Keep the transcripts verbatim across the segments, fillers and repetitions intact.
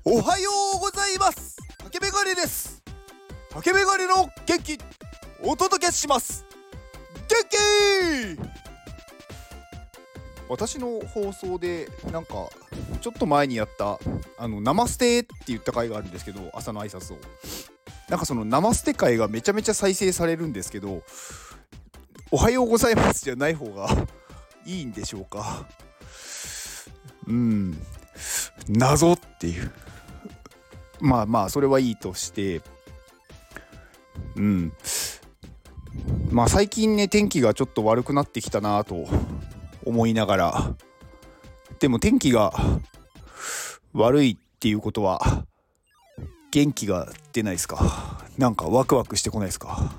おはようございます。竹メガネです。竹メガネの元気お届けします。元気。私の放送でなんかちょっと前にやったあのナマステって言った回があるんですけど、朝の挨拶をなんかそのナマステ回がめちゃめちゃ再生されるんですけど、おはようございますじゃない方がいいんでしょうか。うん謎っていう、まあまあそれはいいとして、うんまあ最近ね天気がちょっと悪くなってきたなと思いながら、でも天気が悪いっていうことは元気が出ないですか。なんかワクワクしてこないですか。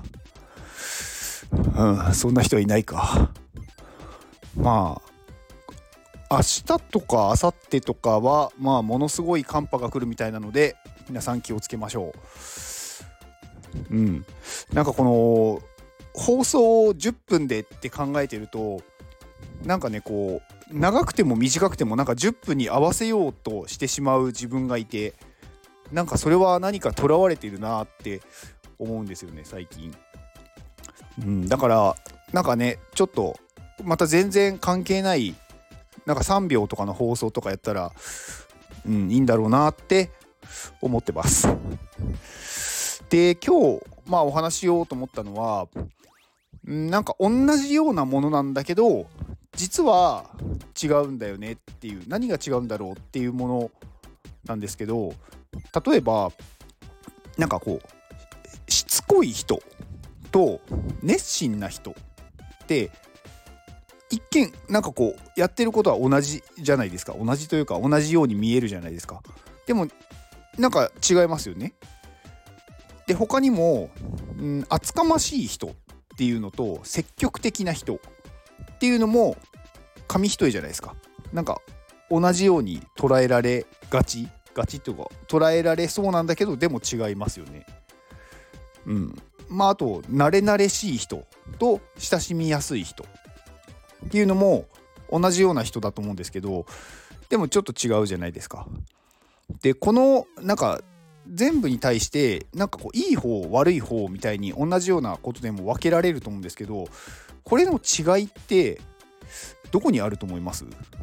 うんそんな人はいないか。まあ明日とか明後日とかはまあものすごい寒波が来るみたいなので、皆さん気をつけましょう。うんなんかこの放送じゅっぷんでって考えてると、なんかねこう長くても短くてもなんかじゅっぷんに合わせようとしてしまう自分がいて、なんかそれは何かとらわれているなって思うんですよね最近。うんだからなんかねちょっとまた全然関係ないなんかさんびょうとかの放送とかやったら、うん、いいんだろうなって思ってます。で今日まあお話ししようと思ったのは、なんか同じようなものなんだけど実は違うんだよねっていう、何が違うんだろうっていうものなんですけど、例えばなんかこうしつこい人と熱心な人って一見なんかこうやってることは同じじゃないですか。同じというか同じように見えるじゃないですか。でもなんか違いますよね。で他にも、うん、厚かましい人っていうのと積極的な人っていうのも紙一重じゃないですか。なんか同じように捉えられがちガチっていうか捉えられそうなんだけど、でも違いますよね。うんまああと慣れ慣れしい人と親しみやすい人っていうのも同じような人だと思うんですけど、でもちょっと違うじゃないですか。でこのなんか全部に対してなんかこういい方悪い方みたいに同じようなことでも分けられると思うんですけど、これの違いってどこにあると思います？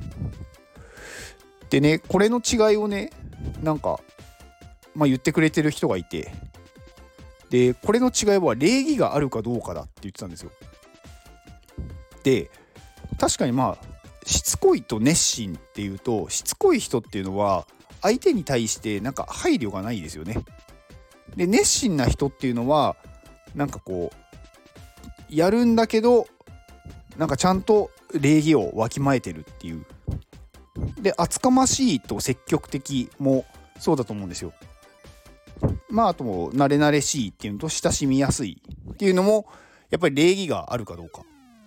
でねこれの違いをねなんかまあ言ってくれてる人がいて、でこれの違いは礼儀があるかどうかだって言ってたんですよ。で確かにまあしつこいと熱心っていうと、しつこい人っていうのは相手に対してなんか配慮がないですよね。で熱心な人っていうのはなんかこうやるんだけどなんかちゃんと礼儀をわきまえてるっていう。で厚かましいと積極的もそうだと思うんですよ。まああとも慣れ慣れしいっていうのと親しみやすいっていうのもやっぱり礼儀があるかどうか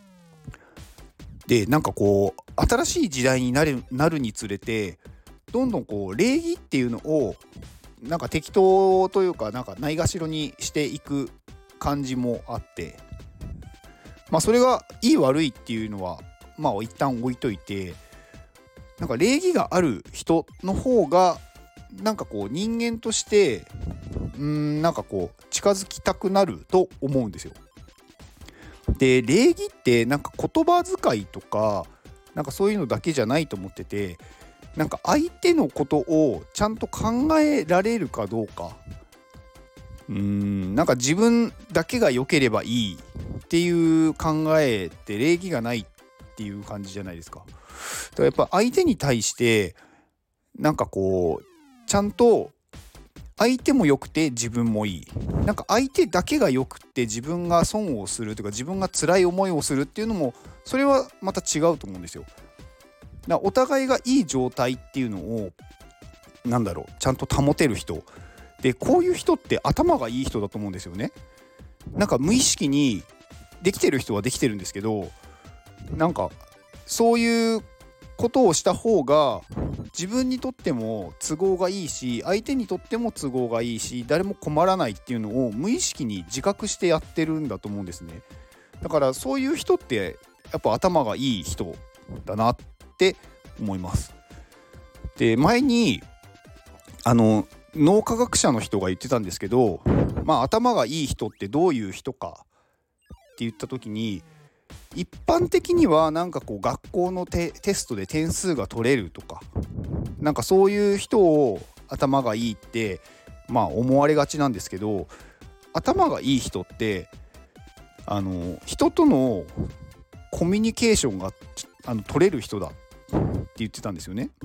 で、なんかこう新しい時代になる、なるにつれてどんどんこう礼儀っていうのをなんか適当というかなんかないがしろにしていく感じもあって、まあそれがいい悪いっていうのはまあ一旦置いといて、なんか礼儀がある人の方がなんかこう人間としてうーんなんかこう近づきたくなると思うんですよ。で礼儀ってなんか言葉遣いとかなんかそういうのだけじゃないと思ってて、なんか相手のことをちゃんと考えられるかどうか、うーんなんか自分だけが良ければいいっていう考えって礼儀がないっていう感じじゃないですか。だからやっぱ相手に対してなんかこうちゃんと相手も良くて自分もいい、なんか相手だけが良くて自分が損をするというか自分が辛い思いをするっていうのもそれはまた違うと思うんですよ。だからお互いがいい状態っていうのをなんだろうちゃんと保てる人で、こういう人って頭がいい人だと思うんですよね。なんか無意識にできてる人はできてるんですけど、なんかそういうことをした方が自分にとっても都合がいいし相手にとっても都合がいいし誰も困らないっていうのを無意識に自覚してやってるんだと思うんですね。だからそういう人ってやっぱ頭がいい人だなって思います。で前にあの脳科学者の人が言ってたんですけど、まあ頭がいい人ってどういう人かって言った時に、一般的にはなんかこう学校の テ, テストで点数が取れるとか、なんかそういう人を頭がいいってまあ思われがちなんですけど、頭がいい人ってあの人とのコミュニケーションがあの取れる人だって言ってたんですよね。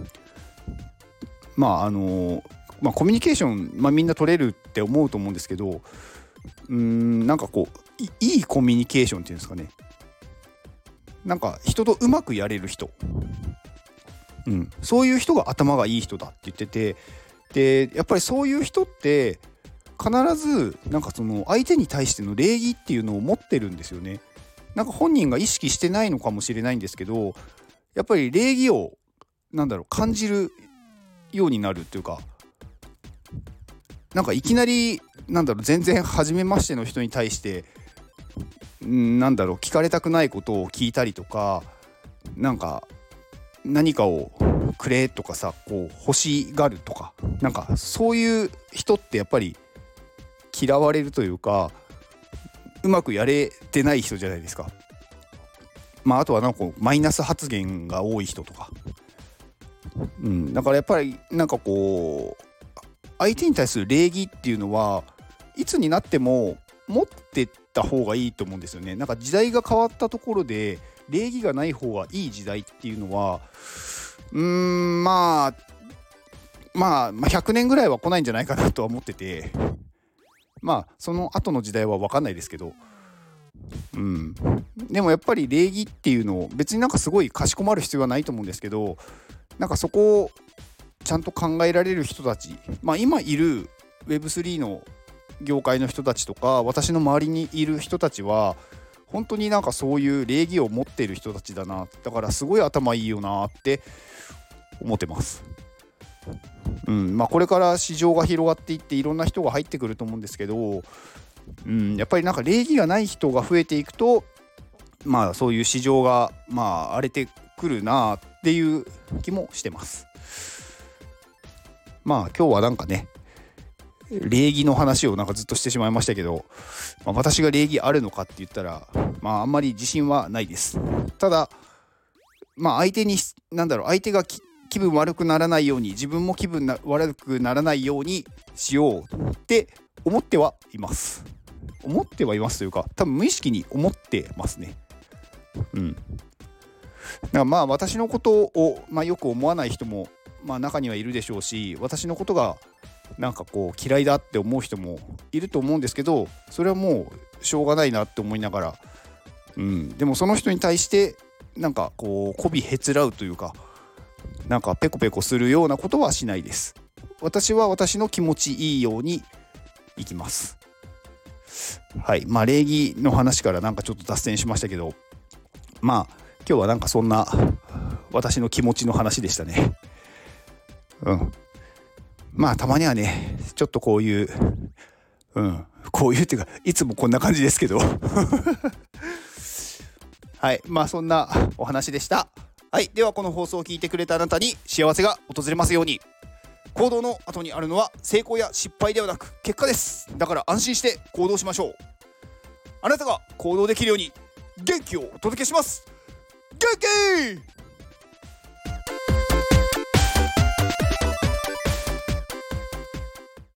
まああのまあコミュニケーション、まあ、みんな取れるって思うと思うんですけど、うーんなんかこう い, いいコミュニケーションっていうんですかね、なんか人とうまくやれる人、うん、そういう人が頭がいい人だって言ってて、でやっぱりそういう人って必ずなんかその相手に対しての礼儀っていうのを持ってるんですよね。なんか本人が意識してないのかもしれないんですけど、やっぱり礼儀をなんだろう感じるようになるっていうか、なんかいきなりなんだろう全然初めましての人に対してなんだろう聞かれたくないことを聞いたりとか、なんか何かをくれとかさ、こう欲しがるとか、なんかそういう人ってやっぱり嫌われるというか、うまくやれてない人じゃないですか。まああとはなんかこうマイナス発言が多い人とか、うん、だからやっぱりなんかこう相手に対する礼儀っていうのはいつになっても持ってった方がいいと思うんですよね。なんか時代が変わったところで礼儀がない方がいい時代っていうのはうーんまあまあ、まあ、ひゃくねんぐらいは来ないんじゃないかなとは思ってて、まあその後の時代は分かんないですけど、うん、でもやっぱり礼儀っていうのを別になんかすごいかしこまる必要はないと思うんですけど、なんかそこをちゃんと考えられる人たち、まあ今いる ウェブスリー の業界の人たちとか私の周りにいる人たちは本当になんかそういう礼儀を持っている人たちだな、だからすごい頭いいよなって思ってます。うんまあ、これから市場が広がっていっていろんな人が入ってくると思うんですけど、うん、やっぱりなんか礼儀がない人が増えていくと、まあそういう市場がまあ荒れてくるなっていう気もしてます。まあ今日はなんかね礼儀の話をなんかずっとしてしまいましたけど、まあ、私が礼儀あるのかって言ったらまああんまり自信はないです。ただまあ相手になんだろう相手が気分悪くならないように自分も気分な悪くならないようにしようって思ってはいます思ってはいますというか多分無意識に思ってますね。うんだからまあ私のことを、まあ、よく思わない人も、まあ、中にはいるでしょうし、私のことがなんかこう嫌いだって思う人もいると思うんですけど、それはもうしょうがないなって思いながら、うん、でもその人に対してなんかこう媚びへつらうというか、なんかペコペコするようなことはしないです。私は私の気持ちいいようにいきます。はいまあ礼儀の話からなんかちょっと脱線しましたけど、まあ今日はなんかそんな私の気持ちの話でしたね。うんまあたまにはねちょっとこういううんこういうっていうかいつもこんな感じですけどはいまあそんなお話でした。はい、ではこの放送を聞いてくれたあなたに幸せが訪れますように。行動の後にあるのは成功や失敗ではなく結果です。だから安心して行動しましょう。あなたが行動できるように元気をお届けします。元気